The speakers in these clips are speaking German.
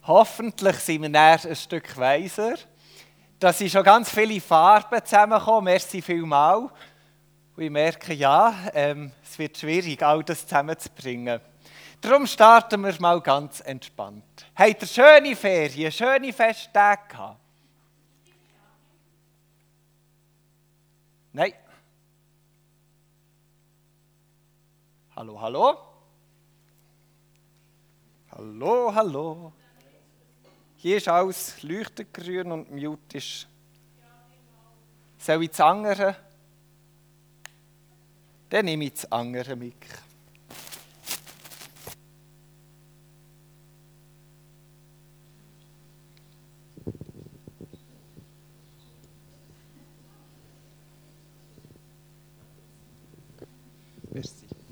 Hoffentlich sind wir dann ein Stück weiser. Da sind schon ganz viele Farben zusammengekommen. Merci vielmals. Und ich merke, ja, es wird schwierig, all das zusammenzubringen. Darum starten wir mal ganz entspannt. Habt ihr schöne Ferien, schöne Festtage gehabt? Nein. Hallo, hallo? Hallo, hallo. Hier ist alles leuchtend grün und mute ist. Soll ich das andere? Dann nehme ich das andere Mic. Merci.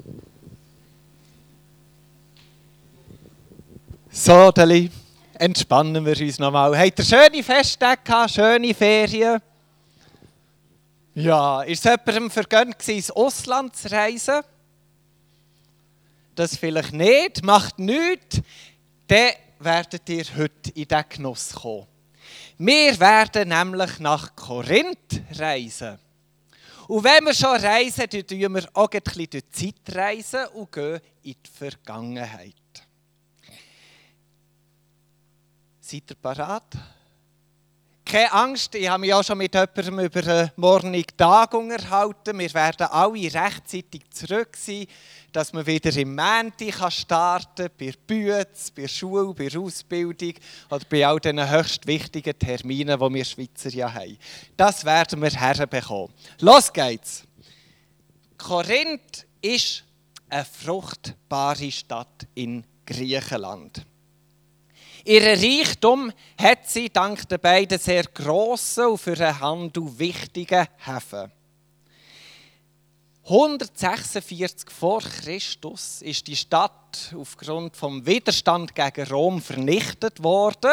So, Deli, entspannen wir uns nochmal. Habt ihr schöne Festtage gehabt, schöne Ferien? Ja, ist es jemandem vergönnt, ins Ausland zu reisen? Das vielleicht nicht, macht nichts. Dann werdet ihr heute in diesen Genuss kommen. Wir werden nämlich nach Korinth reisen. Und wenn wir schon reisen, dann reisen wir auch ein bisschen durch die Zeit reisen und gehen in die Vergangenheit. Seid ihr bereit? Keine Angst, ich habe mich auch schon mit jemandem über den morgigen Tag unterhalten. Wir werden alle rechtzeitig zurück sein, dass man wieder im Montag starten kann, bei der Bühne, bei der Schule, bei der Ausbildung oder bei all diesen höchst wichtigen Terminen, die wir Schweizer ja haben. Das werden wir herbekommen. Los geht's! Korinth ist eine fruchtbare Stadt in Griechenland. Ihren Reichtum hat sie dank der beiden sehr grossen und für den Handel wichtigen Häfen. 146 vor Christus ist die Stadt aufgrund des Widerstands gegen Rom vernichtet worden.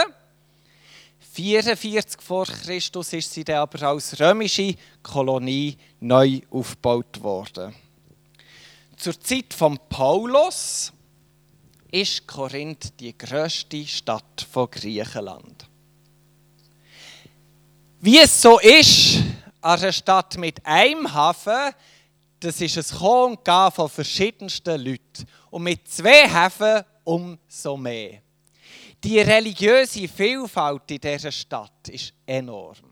44 vor Christus ist sie dann aber als römische Kolonie neu aufgebaut worden. Zur Zeit von Paulus ist Korinth die grösste Stadt von Griechenland. Wie es so ist, an einer Stadt mit einem Hafen, das ist ein Kommen und Gehen von verschiedensten Leuten. Und mit 2 Häfen umso mehr. Die religiöse Vielfalt in dieser Stadt ist enorm.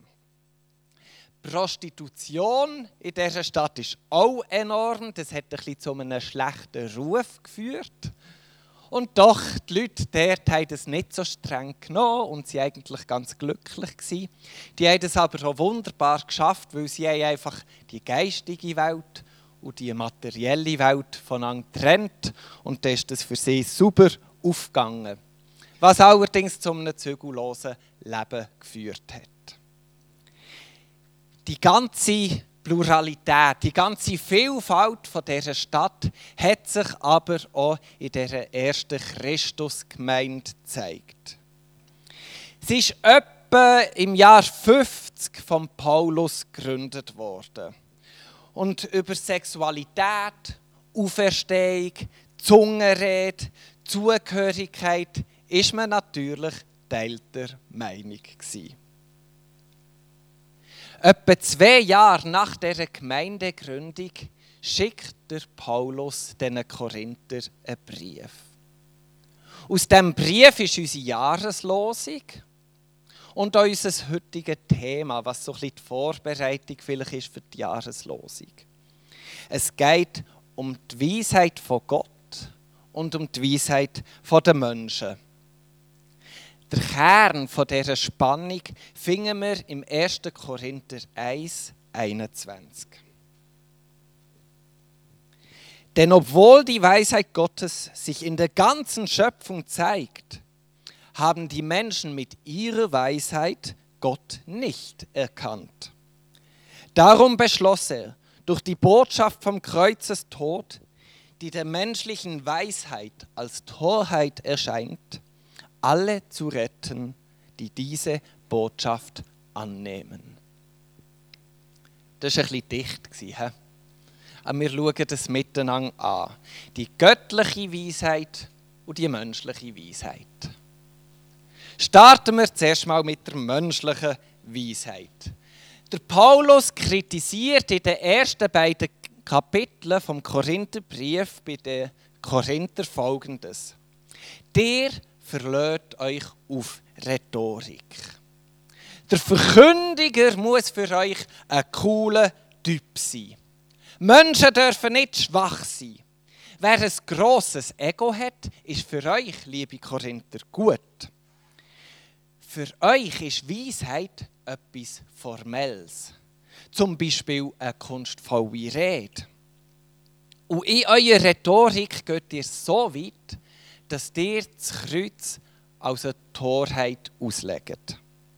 Prostitution in dieser Stadt ist auch enorm. Das hat ein bisschen zu einem schlechten Ruf geführt. Und doch, die Leute dort haben es nicht so streng genommen und sie waren eigentlich ganz glücklich gewesen. Die haben es aber auch wunderbar geschafft, weil sie einfach die geistige Welt und die materielle Welt voneinander trennt. Und dann ist das für sie super aufgegangen. Was allerdings zu einem zügellosen Leben geführt hat. Die ganze Pluralität, die ganze Vielfalt von dieser Stadt hat sich aber auch in dieser ersten Christusgemeinde gezeigt. Sie ist etwa im Jahr 50 von Paulus gegründet worden. Und über Sexualität, Auferstehung, Zungenrede, Zugehörigkeit ist man natürlich teilter Meinung gewesen. Etwa 2 Jahre nach dieser Gemeindegründung schickt der Paulus den Korinther einen Brief. Aus diesem Brief ist unsere Jahreslosung und auch unser heutiges Thema, was so ein bisschen die Vorbereitung vielleicht ist für die Jahreslosung. Es geht um die Weisheit von Gott und um die Weisheit der Menschen. Der Kern dieser Spannung finden wir im 1. Korinther 1, 21. Denn obwohl die Weisheit Gottes sich in der ganzen Schöpfung zeigt, haben die Menschen mit ihrer Weisheit Gott nicht erkannt. Darum beschloss er, durch die Botschaft vom Kreuzestod, die der menschlichen Weisheit als Torheit erscheint, alle zu retten, die diese Botschaft annehmen. Das war ein bisschen dicht. Aber wir schauen das miteinander an. Die göttliche Weisheit und die menschliche Weisheit. Starten wir zuerst mal mit der menschlichen Weisheit. Der Paulus kritisiert in den ersten beiden Kapiteln vom Korintherbrief bei den Korinther Folgendes: Ihr verlässt euch auf Rhetorik. Der Verkündiger muss für euch ein cooler Typ sein. Menschen dürfen nicht schwach sein. Wer ein grosses Ego hat, ist für euch, liebe Korinther, gut. Für euch ist Weisheit etwas Formelles. Zum Beispiel eine kunstvolle Rede. Und in eurer Rhetorik geht ihr so weit, dass ihr das Kreuz als eine Torheit auslegt.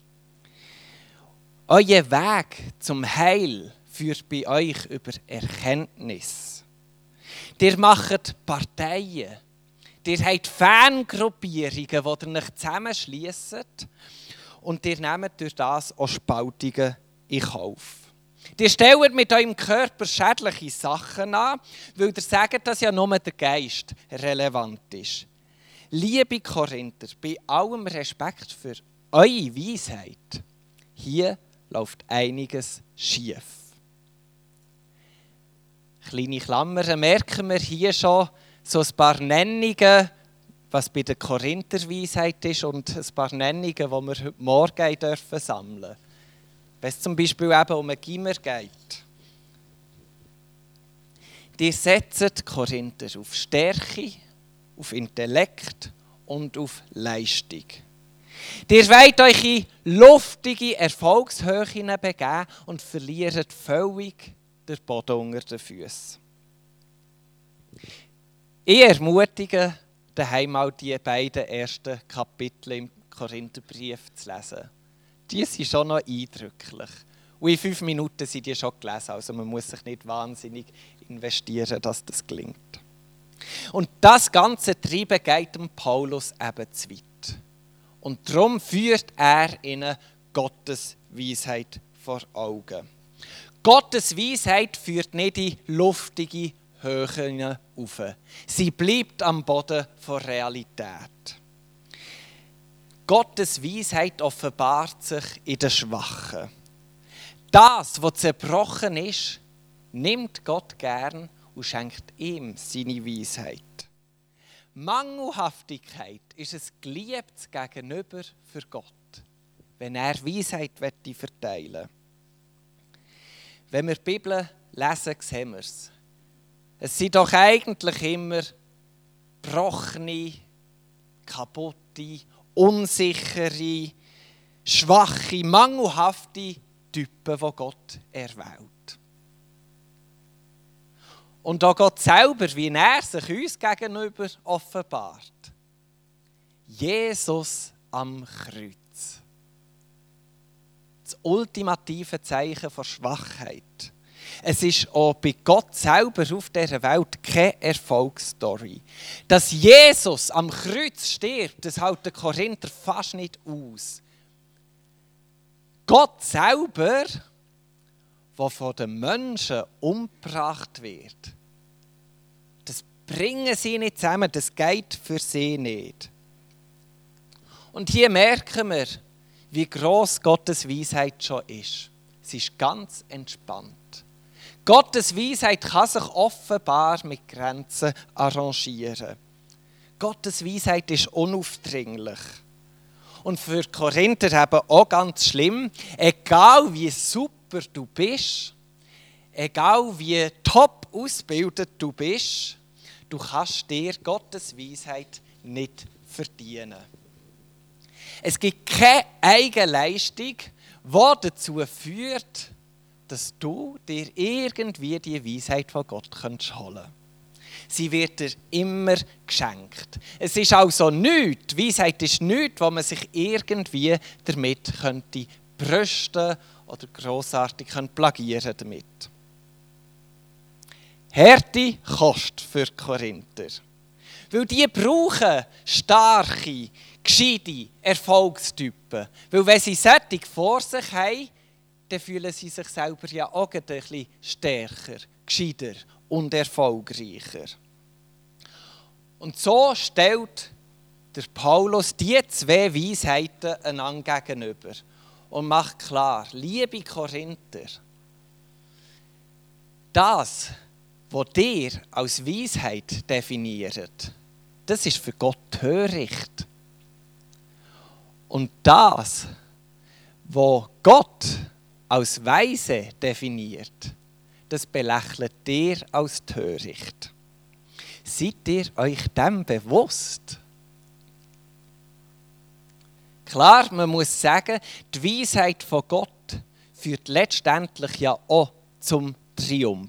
Euer Weg zum Heil führt bei euch über Erkenntnis. Ihr macht Parteien. Ihr habt Fangruppierungen, die ihr euch zusammenschließt. Und ihr nehmt durch das auch Spaltungen in Kauf. Ihr stellt mit eurem Körper schädliche Sachen an, weil ihr sagt, dass ja nur der Geist relevant ist. Liebe Korinther, bei allem Respekt für eure Weisheit, hier läuft einiges schief. Kleine Klammern merken wir hier schon so ein paar Nennungen, was bei der Korinther Weisheit ist, und ein paar Nennungen, die wir heute Morgen dürfen sammeln. Wenn es zum Beispiel eben um einen Gimmer geht. Die setzen die Korinther auf Stärke, auf Intellekt und auf Leistung. Ihr wollt euch in luftige Erfolgshöhen begeben und verliert völlig den Boden unter den Füßen. Ich ermutige daheim mal die beiden ersten Kapitel im Korintherbrief zu lesen. Die sind schon noch eindrücklich. Und in 5 Minuten sind die schon gelesen. Also man muss sich nicht wahnsinnig investieren, dass das gelingt. Und das ganze Treiben geht dem Paulus eben zu weit. Und darum führt er ihnen Gottes Weisheit vor Augen. Gottes Weisheit führt nicht in luftige Höhen auf. Sie bleibt am Boden der Realität. Gottes Weisheit offenbart sich in den Schwachen. Das, was zerbrochen ist, nimmt Gott gern und schenkt ihm seine Weisheit. Mangelhaftigkeit ist ein geliebtes Gegenüber für Gott, wenn er Weisheit verteilen will. Wenn wir die Bibel lesen, sehen wir es. Es sind doch eigentlich immer gebrochene, kaputte, unsichere, schwache, mangelhafte Typen, die Gott erwählt. Und auch Gott selber, wie er sich uns gegenüber offenbart. Jesus am Kreuz. Das ultimative Zeichen von Schwachheit. Es ist auch bei Gott selber auf dieser Welt keine Erfolgsstory. Dass Jesus am Kreuz stirbt, das hält der Korinther fast nicht aus. Gott selber, der von den Menschen umgebracht wird, das bringen sie nicht zusammen, das geht für sie nicht. Und hier merken wir, wie gross Gottes Weisheit schon ist. Sie ist ganz entspannt. Gottes Weisheit kann sich offenbar mit Grenzen arrangieren. Gottes Weisheit ist unaufdringlich. Und für die Korinther eben auch ganz schlimm, egal wie super du bist, egal wie top ausgebildet du bist, du kannst dir Gottes Weisheit nicht verdienen. Es gibt keine Eigenleistung, die dazu führt, dass du dir irgendwie die Weisheit von Gott holen kannst. Sie wird dir immer geschenkt. Es ist also nichts, Weisheit ist nichts, wo man sich irgendwie damit könnte brüsten oder grossartig plagieren damit. Härte Kost für die Korinther. Weil die brauchen starke, gescheite Erfolgstypen. Weil wenn sie solche vor sich haben, dann fühlen sie sich selber ja auch ein bisschen stärker, gescheiter und erfolgreicher. Und so stellt der Paulus die zwei Weisheiten einander gegenüber und macht klar, liebe Korinther, das, was ihr als Weisheit definiert, das ist für Gott töricht. Und das, was Gott als Weise definiert, das belächelt ihr als töricht. Seid ihr euch dem bewusst? Klar, man muss sagen, die Weisheit von Gott führt letztendlich ja auch zum Triumph.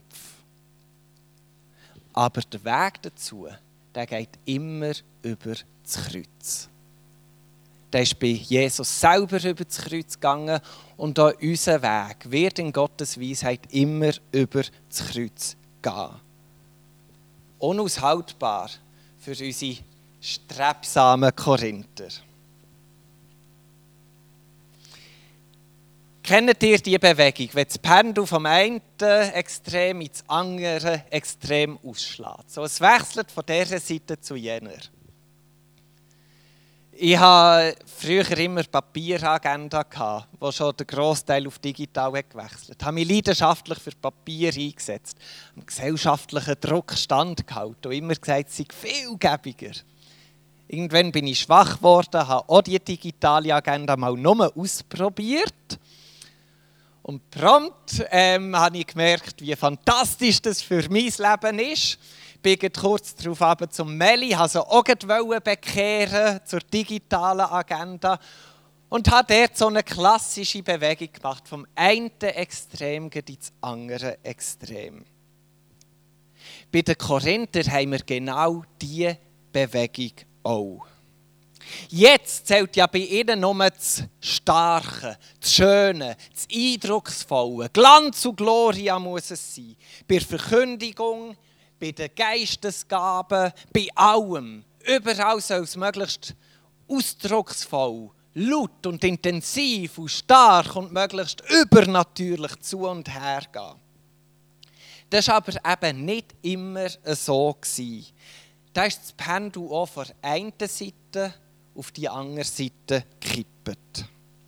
Aber der Weg dazu, der geht immer über das Kreuz. Der ist bei Jesus selber über das Kreuz gegangen und auch unser Weg wird in Gottes Weisheit immer über das Kreuz gehen. Unaushaltbar für unsere strebsamen Korinther. Kennt ihr diese Bewegung, wenn das Pendel vom einen Extrem ins andere Extrem ausschlägt? So, es wechselt von dieser Seite zu jener. Ich hatte früher immer Papieragenda, wo schon der Grossteil auf digital gewechselt. Ich habe mich leidenschaftlich für Papier eingesetzt, am gesellschaftlichen Druck standgehalten und immer gesagt, es sei viel gäbiger. Irgendwann bin ich schwach geworden, habe auch die digitale Agenda mal nur ausprobiert. Und prompt habe ich gemerkt, wie fantastisch das für mein Leben ist. Ich bin kurz darauf runter zum Meli, wollte sie auch bekehren zur digitalen Agenda und habe dort so eine klassische Bewegung gemacht, vom einen Extrem ins andere Extrem. Bei den Korinthern haben wir genau diese Bewegung auch. Jetzt zählt ja bei ihnen nur das Starke, das Schöne, das Eindrucksvolle. Glanz und Gloria muss es sein. Bei der Verkündigung, bei den Geistesgaben, bei allem. Überall soll es möglichst ausdrucksvoll, laut und intensiv und stark und möglichst übernatürlich zu und her gehen. Das war aber eben nicht immer so. Da ist das Pendel auch von der einen Seite auf die andere Seite gekippt.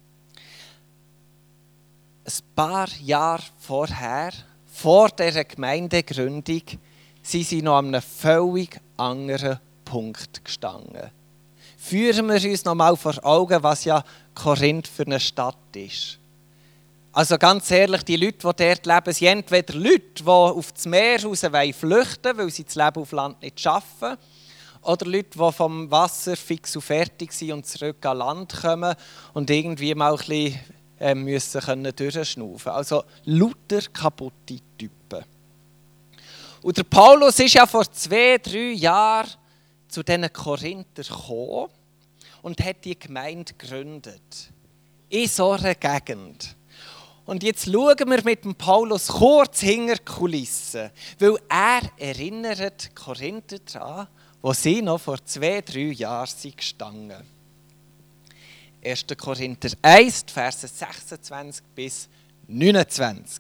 Ein paar Jahre vorher, vor dieser Gemeindegründung, sind sie noch an einem völlig anderen Punkt gestanden. Führen wir uns noch mal vor Augen, was ja Korinth für eine Stadt ist. Also ganz ehrlich, die Leute, die dort leben, sind entweder Leute, die auf das Meer raus flüchten wollen, weil sie das Leben auf Land nicht schaffen, oder Leute, die vom Wasser fix und fertig sind und zurück an Land kommen und irgendwie mal ein bisschen müssen durchschnaufen. Also lauter kaputte Typen. Und der Paulus ist ja vor 2-3 Jahren zu diesen Korinthern gekommen und hat die Gemeinde gegründet. In so einer Gegend. Und jetzt schauen wir mit dem Paulus kurz hinter die Kulissen, weil er erinnert die Korinther daran, wo sie noch vor 2-3 Jahren gestanden. 1. Korinther 1, Verse 26 bis 29.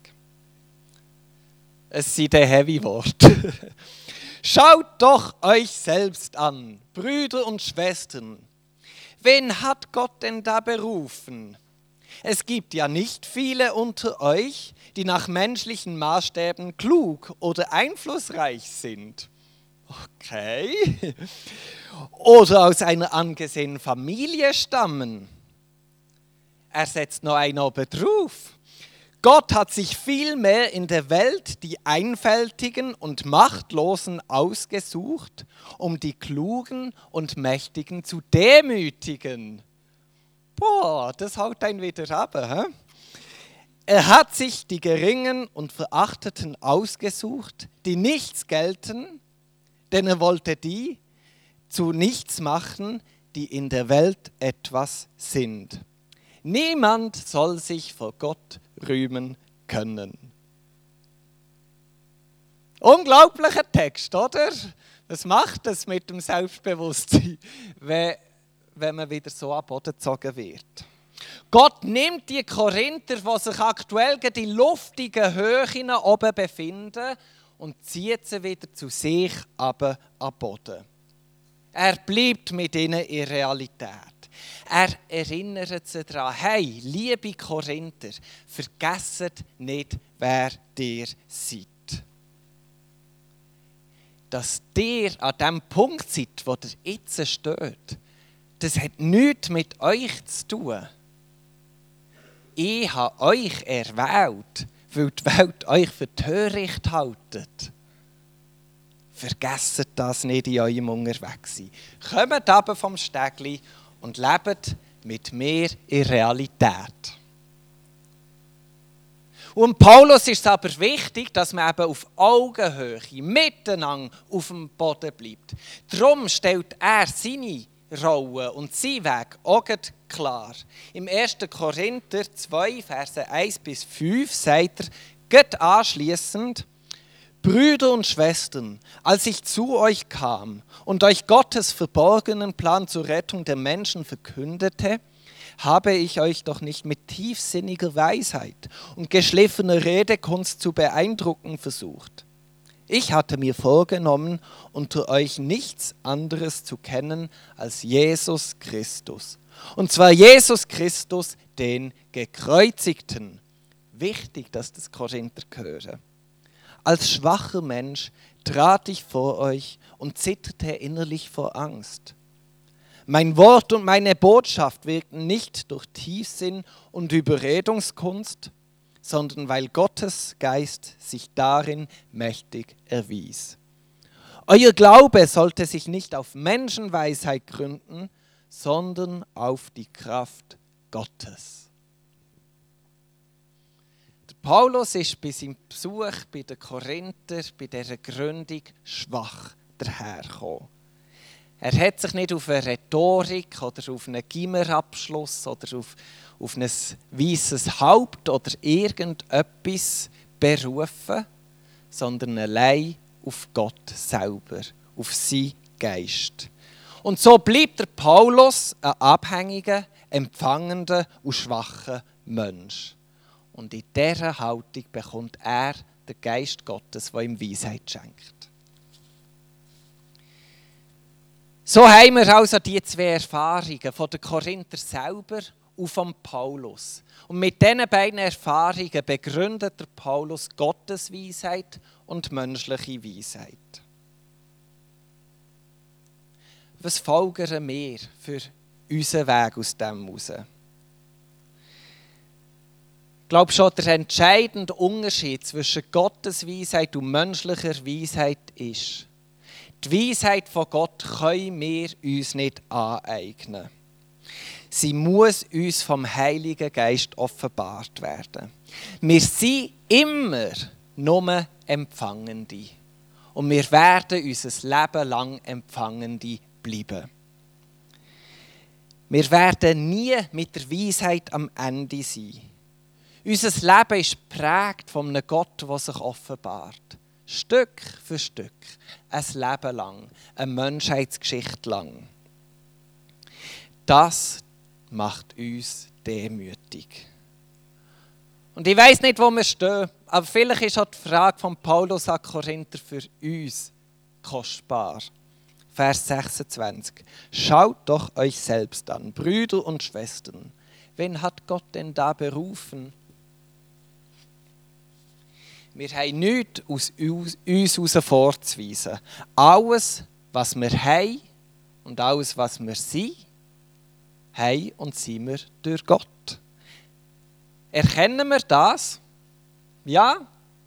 Es sind die heavy Worte. Schaut doch euch selbst an, Brüder und Schwestern. Wen hat Gott denn da berufen? Es gibt ja nicht viele unter euch, die nach menschlichen Maßstäben klug oder einflussreich sind. Okay. Oder aus einer angesehenen Familie stammen. Er setzt noch einen oben drauf. Gott hat sich vielmehr in der Welt die Einfältigen und Machtlosen ausgesucht, um die Klugen und Mächtigen zu demütigen. Boah, das haut einen wieder runter, hä? Er hat sich die Geringen und Verachteten ausgesucht, die nichts gelten, denn er wollte die zu nichts machen, die in der Welt etwas sind. Niemand soll sich vor Gott rühmen können. Unglaublicher Text, oder? Was macht das mit dem Selbstbewusstsein, wenn man wieder so am Boden gezogen wird? Gott nimmt die Korinther, die sich aktuell in luftigen Höhen oben befinden, und zieht sie wieder zu sich runter an den Boden. Er bleibt mit ihnen in Realität. Er erinnert sie daran, hey, liebe Korinther, vergesst nicht, wer ihr seid. Dass ihr an dem Punkt seid, wo ihr jetzt steht, das hat nichts mit euch zu tun. Ich habe euch erwählt, weil die Welt euch für töricht haltet. Vergesst das nicht in eurem Unterwegssein. Kommt aber vom Stegli und lebt mit mir in Realität. Und Paulus ist es aber wichtig, dass man eben auf Augenhöhe miteinander auf dem Boden bleibt. Darum stellt er seine Rolle und seinen Weg auch klar. Im 1. Korinther 2, Verse 1-5 sagt er, Gott anschließend, Brüder und Schwestern, als ich zu euch kam und euch Gottes verborgenen Plan zur Rettung der Menschen verkündete, habe ich euch doch nicht mit tiefsinniger Weisheit und geschliffener Redekunst zu beeindrucken versucht. Ich hatte mir vorgenommen, unter euch nichts anderes zu kennen als Jesus Christus. Und zwar Jesus Christus, den Gekreuzigten. Wichtig, dass das Korinther hören. Als schwacher Mensch trat ich vor euch und zitterte innerlich vor Angst. Mein Wort und meine Botschaft wirkten nicht durch Tiefsinn und Überredungskunst, sondern weil Gottes Geist sich darin mächtig erwies. Euer Glaube sollte sich nicht auf Menschenweisheit gründen, sondern auf die Kraft Gottes. Der Paulus ist bei seinem Besuch bei den Korinther, bei dieser Gründung, schwach dahergekommen. Er hat sich nicht auf eine Rhetorik oder auf einen Gimmerabschluss oder auf ein weisses Haupt oder irgendetwas berufen, sondern allein auf Gott selber, auf seinen Geist. Und so bleibt der Paulus ein abhängiger, empfangender und schwacher Mensch. Und in dieser Haltung bekommt er den Geist Gottes, der ihm Weisheit schenkt. So haben wir also die zwei Erfahrungen von den Korinther selber und von Paulus. Und mit diesen beiden Erfahrungen begründet der Paulus Gottes Weisheit und menschliche Weisheit. Was folgern wir für unseren Weg aus dem heraus? Ich glaube schon, der entscheidende Unterschied zwischen Gottes Weisheit und menschlicher Weisheit ist, die Weisheit von Gott können wir uns nicht aneignen. Sie muss uns vom Heiligen Geist offenbart werden. Wir sind immer nur Empfangende. Und wir werden unser Leben lang Empfangende bleiben. Wir werden nie mit der Weisheit am Ende sein. Unser Leben ist geprägt von einem Gott, der sich offenbart. Stück für Stück, ein Leben lang, eine Menschheitsgeschichte lang. Das macht uns demütig. Und ich weiss nicht, wo wir stehen, aber vielleicht ist auch die Frage von Paulus an Korinther für uns kostbar. Vers 26. Schaut doch euch selbst an, Brüder und Schwestern. Wen hat Gott denn da berufen? Wir haben nichts aus uns heraus vorzuweisen. Alles, was wir haben und alles, was wir sind, haben und sind wir durch Gott. Erkennen wir das? Ja.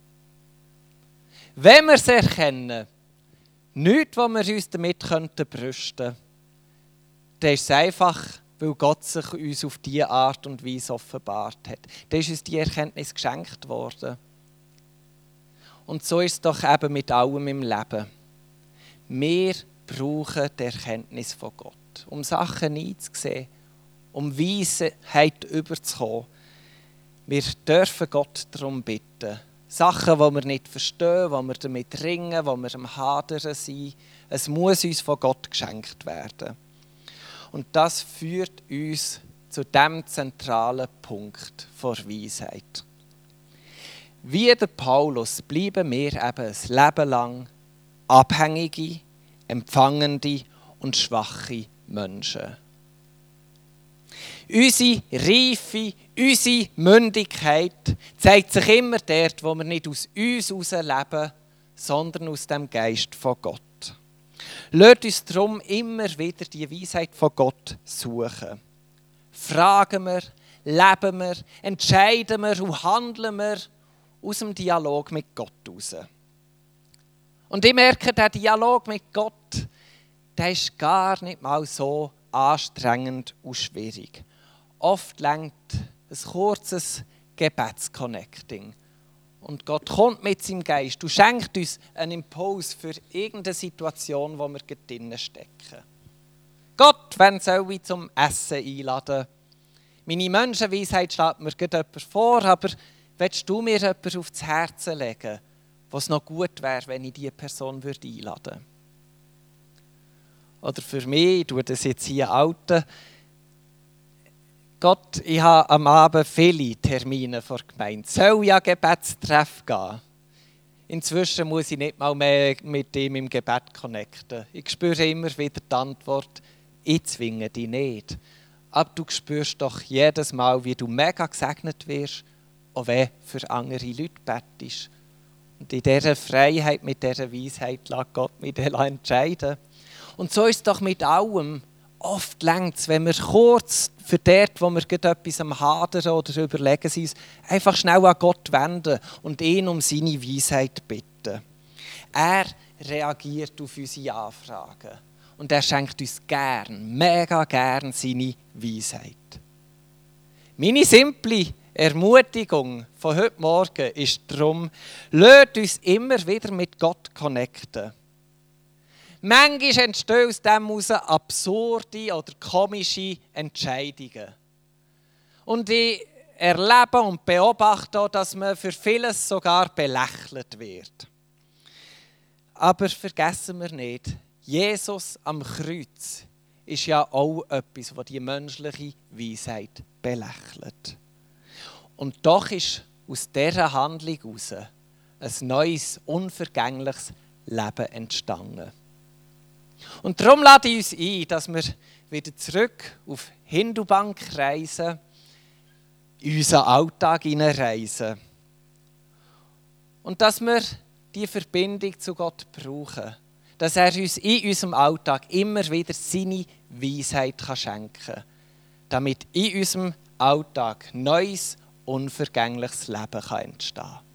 Wenn wir es erkennen, nichts, was wir uns damit brüsten könnten, dann ist es einfach, weil Gott sich uns auf diese Art und Weise offenbart hat. Dann ist uns die Erkenntnis geschenkt worden. Und so ist es doch eben mit allem im Leben. Wir brauchen die Erkenntnis von Gott, um Sachen einzusehen, um Weisheit überzukommen. Wir dürfen Gott darum bitten. Sachen, die wir nicht verstehen, die wir damit ringen, die wir am Hadern sind. Es muss uns von Gott geschenkt werden. Und das führt uns zu dem zentralen Punkt der Weisheit. Wie der Paulus bleiben wir eben ein Leben lang Abhängige, Empfangende und schwache Menschen. Unsere Reife, unsere Mündigkeit zeigt sich immer dort, wo wir nicht aus uns heraus leben, sondern aus dem Geist von Gott. Lasst uns darum immer wieder die Weisheit von Gott suchen. Fragen wir, leben wir, entscheiden wir und handeln wir aus dem Dialog mit Gott heraus. Und ich merke, der Dialog mit Gott, der ist gar nicht mal so anstrengend und schwierig. Oft reicht ein kurzes Gebetsconnecting. Und Gott kommt mit seinem Geist und schenkt uns einen Impuls für irgendeine Situation, wo wir drinnen stecken. Gott, wen soll ich zum Essen einladen? Meine Menschenweisheit schlägt mir etwas vor, aber willst du mir etwas aufs Herz legen, was noch gut wäre, wenn ich diese Person einladen würde? Oder für mich, ich tue das jetzt hier alten. Gott, ich habe am Abend viele Termine vor der Gemeinde. Soll ja Gebetstreff gehen? Inzwischen muss ich nicht mal mehr mit ihm im Gebet connecten. Ich spüre immer wieder die Antwort, ich zwinge dich nicht. Aber du spürst doch jedes Mal, wie du mega gesegnet wirst, auch wenn für andere Leute bettest. Und in dieser Freiheit, mit dieser Weisheit, lässt Gott mich entscheiden. Und so ist es doch mit allem. Oft reicht es, wenn wir kurz für dort, wo wir etwas am Hadern oder überlegen sind, einfach schnell an Gott wenden und ihn um seine Weisheit bitten. Er reagiert auf unsere Anfragen und er schenkt uns gern, mega gern seine Weisheit. Meine simple Ermutigung von heute Morgen ist darum, lasst uns immer wieder mit Gott connecten. Manchmal entstehen aus dem heraus absurde oder komische Entscheidungen. Und ich erlebe und beobachte auch, dass man für vieles sogar belächelt wird. Aber vergessen wir nicht, Jesus am Kreuz ist ja auch etwas, was die menschliche Weisheit belächelt. Und doch ist aus dieser Handlung heraus ein neues, unvergängliches Leben entstanden. Und darum lade ich uns ein, dass wir wieder zurück auf Hindubank reisen, in unseren Alltag hineinreisen. Und dass wir die Verbindung zu Gott brauchen. Dass er uns in unserem Alltag immer wieder seine Weisheit schenken kann. Damit in unserem Alltag neues, unvergängliches Leben entstehen kann.